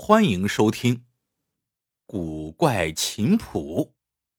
欢迎收听古怪琴谱。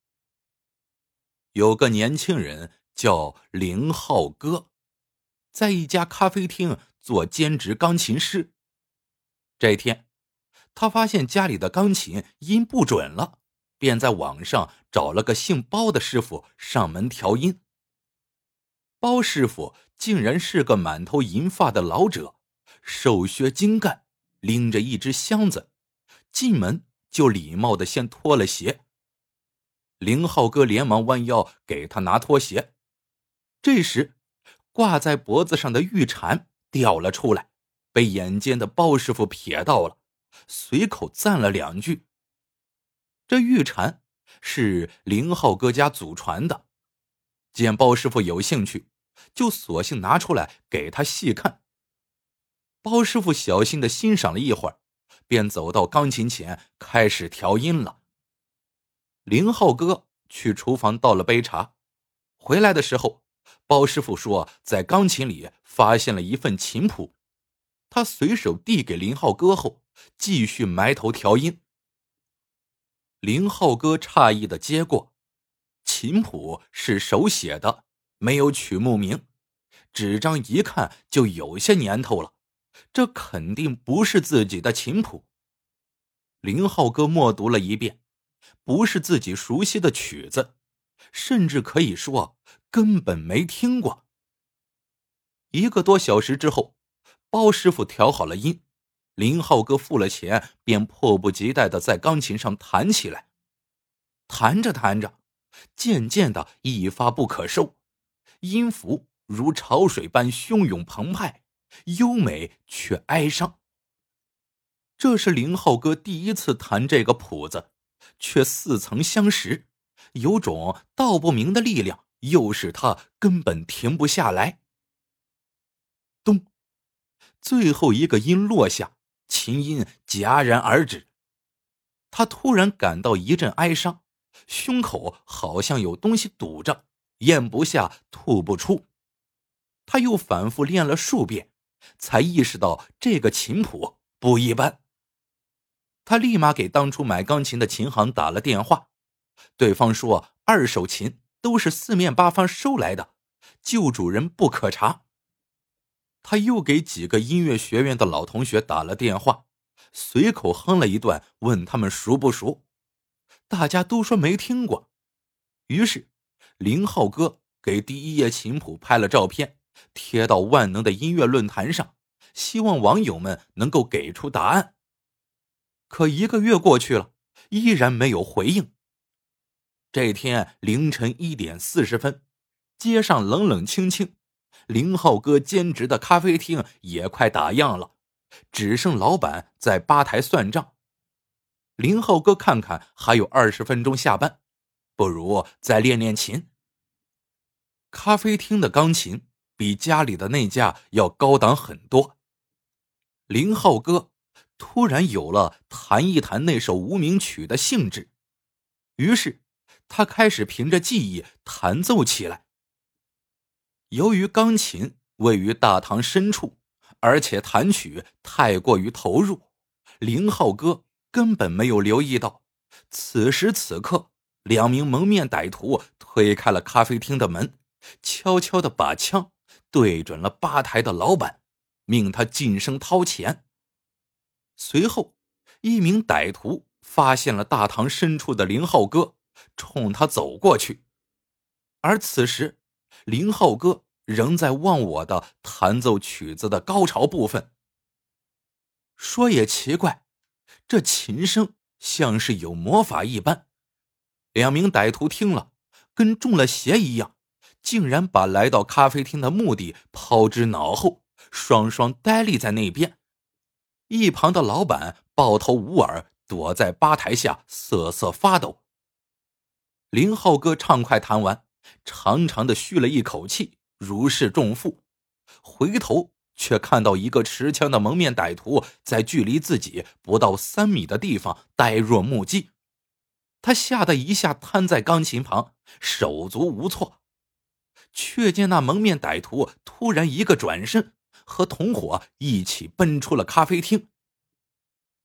有个年轻人叫凌浩哥，在一家咖啡厅做兼职钢琴师。这天，他发现家里的钢琴音不准了，便在网上找了个姓包的师傅上门调音。包师傅竟然是个满头银发的老者，手削精干，拎着一只箱子，进门就礼貌地先脱了鞋。凌浩哥连忙弯腰给他拿拖鞋，这时挂在脖子上的玉蝉掉了出来，被眼尖的包师傅瞥到了，随口赞了两句。这玉蝉是凌浩哥家祖传的，见包师傅有兴趣，就索性拿出来给他细看。包师傅小心地欣赏了一会儿，便走到钢琴前开始调音了。凌浩哥去厨房倒了杯茶，回来的时候，包师傅说在钢琴里发现了一份琴谱，他随手递给凌浩哥后，继续埋头调音。凌浩哥诧异地接过，琴谱是手写的，没有曲目名，纸张一看就有些年头了，这肯定不是自己的琴谱。凌浩哥默读了一遍，不是自己熟悉的曲子，甚至可以说根本没听过。1个多小时之后，包师傅调好了音，凌浩哥付了钱，便迫不及待地在钢琴上弹起来。弹着弹着，渐渐的一发不可收，音符如潮水般汹涌澎湃，优美却哀伤。这是凌浩哥第一次弹这个谱子，却似曾相识，有种道不明的力量，又使他根本停不下来。咚，最后一个音落下，琴音戛然而止。他突然感到一阵哀伤，胸口好像有东西堵着，咽不下吐不出。他又反复练了数遍，才意识到这个琴谱不一般。他立马给当初买钢琴的琴行打了电话，对方说二手琴都是四面八方收来的，旧主人不可查。他又给几个音乐学院的老同学打了电话，随口哼了一段，问他们熟不熟。大家都说没听过。于是凌浩哥给第一页琴谱拍了照片，贴到万能的音乐论坛上，希望网友们能够给出答案。可1个月过去了，依然没有回应。这天凌晨1点40分，街上冷冷清清，凌浩哥兼职的咖啡厅也快打烊了，只剩老板在吧台算账。凌浩哥看看还有20分钟下班，不如再练练琴。咖啡厅的钢琴比家里的那架要高档很多。凌浩哥突然有了弹一弹那首无名曲的兴致，于是他开始凭着记忆弹奏起来。由于钢琴位于大堂深处，而且弹曲太过于投入，凌浩哥根本没有留意到，此时此刻2名蒙面歹徒推开了咖啡厅的门，悄悄地把枪对准了吧台的老板，命他噤声掏钱。随后1名歹徒发现了大堂深处的凌浩哥，冲他走过去。而此时凌浩哥仍在忘我的弹奏曲子的高潮部分。说也奇怪，这琴声像是有魔法一般。2名歹徒听了，跟中了邪一样，竟然把来到咖啡厅的目的抛之脑后，双双呆立在那边。一旁的老板抱头捂耳，躲在吧台下瑟瑟发抖。凌浩哥畅快弹完，长长的吁了一口气，如释重负，回头却看到一个持枪的蒙面歹徒在距离自己不到3米的地方呆若木鸡。他吓得一下瘫在钢琴旁，手足无措。却见那蒙面歹徒突然一个转身，和同伙一起奔出了咖啡厅。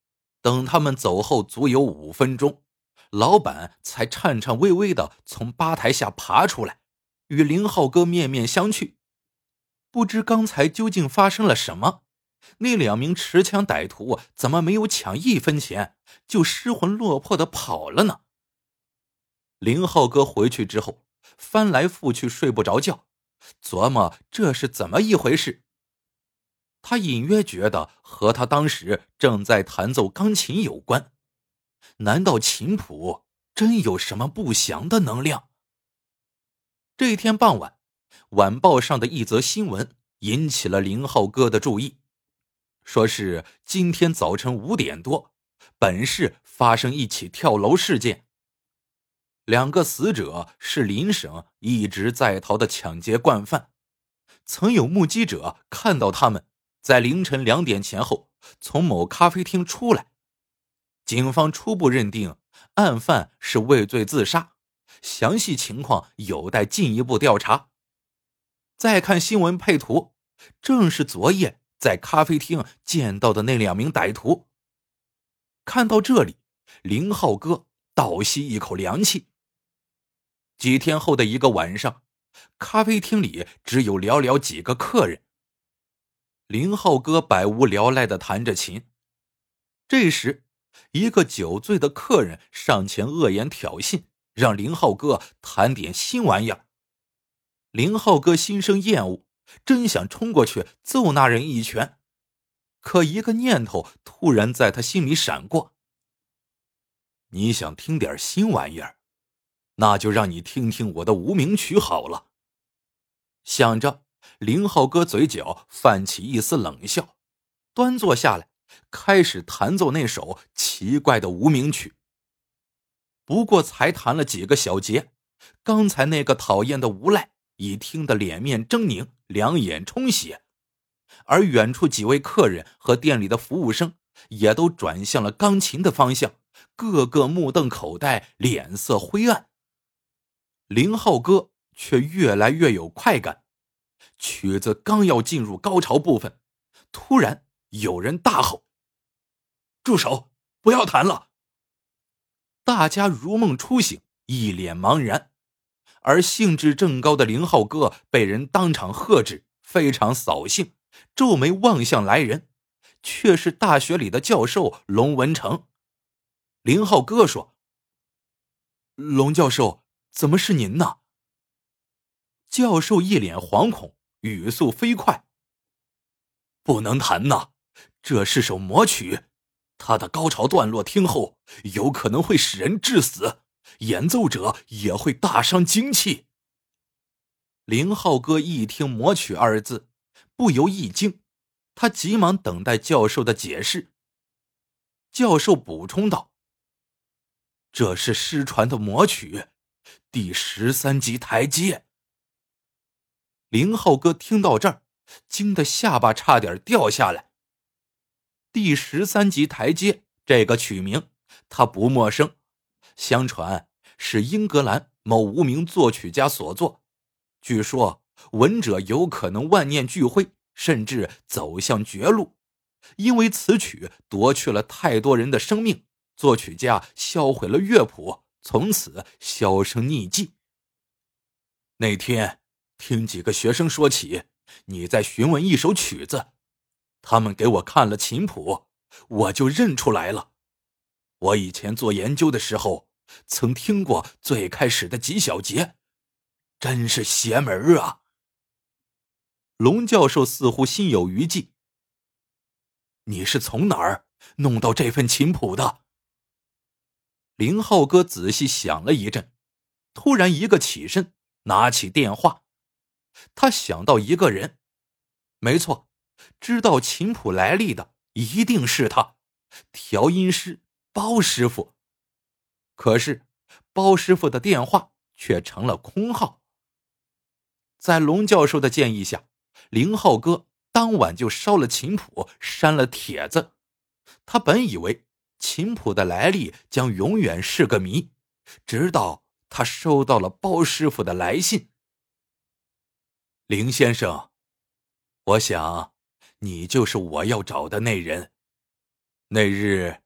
等他们走后足有5分钟，老板才颤颤巍巍地从吧台下爬出来，与林浩哥面面相觑。不知刚才究竟发生了什么，那2名持枪歹徒怎么没有抢1分钱就失魂落魄地跑了呢？林浩哥回去之后翻来覆去睡不着觉，琢磨这是怎么一回事。他隐约觉得和他当时正在弹奏钢琴有关，难道琴谱真有什么不祥的能量？这天傍晚，晚报上的一则新闻引起了林浩哥的注意，说是今天早晨5点多，本市发生一起跳楼事件。2个死者是邻省一直在逃的抢劫惯犯，曾有目击者看到他们在凌晨2点前后从某咖啡厅出来。警方初步认定案犯是畏罪自杀，详细情况有待进一步调查。再看新闻配图，正是昨夜在咖啡厅见到的那2名歹徒。看到这里，林浩哥倒吸一口凉气。几天后的一个晚上，咖啡厅里只有寥寥几个客人。林浩哥百无聊赖地弹着琴，这时一个酒醉的客人上前恶言挑衅，让林浩哥弹点新玩意儿。林浩哥心生厌恶，真想冲过去揍那人一拳，可一个念头突然在他心里闪过：你想听点新玩意儿，那就让你听听我的无名曲好了。想着，林浩哥嘴角泛起一丝冷笑，端坐下来，开始弹奏那首奇怪的无名曲。不过才弹了几个小节，刚才那个讨厌的无赖已听得脸面狰狞，两眼充血，而远处几位客人和店里的服务生也都转向了钢琴的方向，个个目瞪口呆，脸色灰暗。林浩哥却越来越有快感，曲子刚要进入高潮部分，突然有人大吼：住手，不要弹了！大家如梦初醒，一脸茫然，而兴致正高的林浩哥被人当场喝止，非常扫兴，皱眉望向来人，却是大学里的教授龙文成。林浩哥说：龙教授，怎么是您呢？教授一脸惶恐，语速飞快：不能弹呐，这是首魔曲，它的高潮段落听后有可能会使人致死，演奏者也会大伤精气。林浩哥一听魔曲2字，不由一惊，他急忙等待教授的解释。教授补充道：这是失传的魔曲，第13级台阶。林浩哥听到这儿，惊得下巴差点掉下来。第13级台阶这个曲名他不陌生，相传是英格兰某无名作曲家所作，据说闻者有可能万念俱灰，甚至走向绝路。因为此曲夺去了太多人的生命，作曲家销毁了乐谱，从此销声匿迹。那天听几个学生说起你在询问一首曲子，他们给我看了琴谱，我就认出来了。我以前做研究的时候曾听过最开始的几小节，真是邪门啊。龙教授似乎心有余悸：你是从哪儿弄到这份琴谱的？林浩哥仔细想了一阵，突然一个起身，拿起电话。他想到一个人，没错，知道琴谱来历的一定是他，调音师包师傅。可是包师傅的电话却成了空号。在龙教授的建议下，林浩哥当晚就烧了琴谱，删了帖子。他本以为琴谱的来历将永远是个谜，直到他收到了包师傅的来信。林先生，我想你就是我要找的那人。那日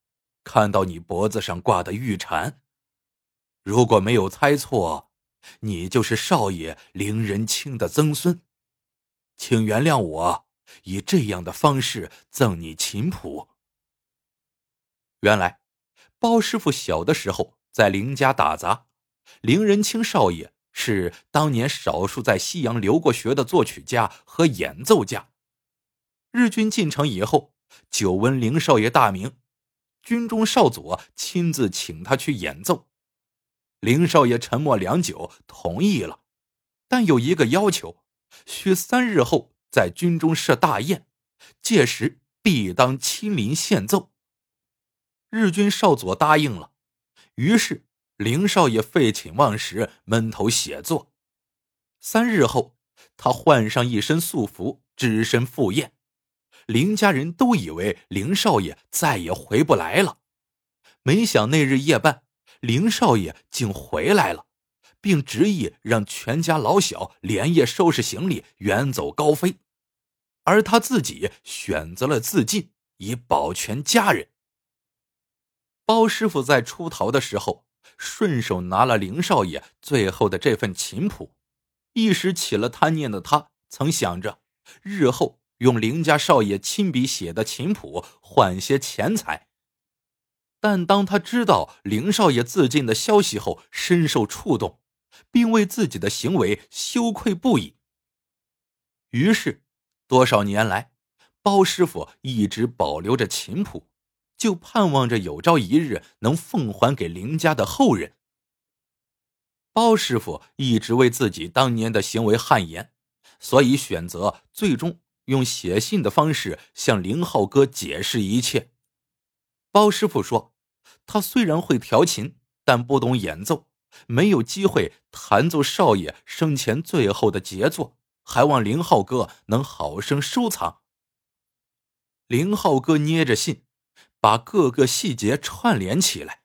看到你脖子上挂的玉蝉。如果没有猜错，你就是少爷凌仁清的曾孙。请原谅我以这样的方式赠你琴谱。”原来包师傅小的时候在凌家打杂，凌仁清少爷是当年少数在西洋留过学的作曲家和演奏家。日军进城以后，久闻凌少爷大名，军中少佐亲自请他去演奏。凌少爷沉默良久，同意了，但有一个要求，需3日后在军中设大宴，届时必当亲临献奏。日军少佐答应了，于是凌少爷废寝忘食，闷头写作。3日后，他换上一身素服，只身赴宴。凌家人都以为凌少爷再也回不来了，没想那日夜半，凌少爷竟回来了，并执意让全家老小连夜收拾行李远走高飞，而他自己选择了自尽，以保全家人。包师傅在出逃的时候，顺手拿了凌少爷最后的这份琴谱，一时起了贪念的他，曾想着日后用凌家少爷亲笔写的琴谱换些钱财。但当他知道凌少爷自尽的消息后，深受触动，并为自己的行为羞愧不已。于是多少年来，包师傅一直保留着琴谱，就盼望着有朝一日能奉还给凌家的后人。包师傅一直为自己当年的行为汗颜，所以选择最终用写信的方式向凌浩哥解释一切。包师傅说，他虽然会调琴，但不懂演奏，没有机会弹奏少爷生前最后的杰作，还望凌浩哥能好生收藏。凌浩哥捏着信，把各个细节串联起来。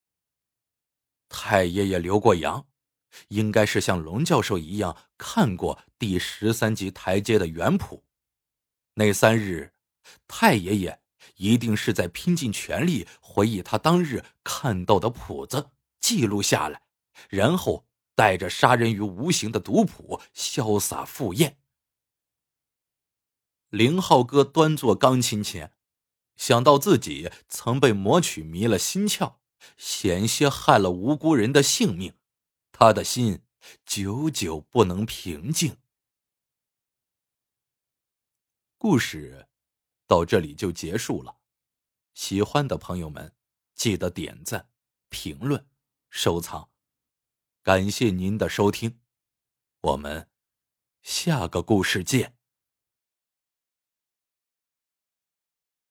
太爷爷留过洋，应该是像龙教授一样看过第13级台阶的原谱。那3日，太爷爷一定是在拼尽全力回忆他当日看到的谱子，记录下来，然后带着杀人于无形的毒谱潇洒赴宴。凌浩哥端坐钢琴前，想到自己曾被魔曲迷了心窍，险些害了无辜人的性命，他的心久久不能平静。故事到这里就结束了，喜欢的朋友们记得点赞、评论、收藏，感谢您的收听，我们下个故事见。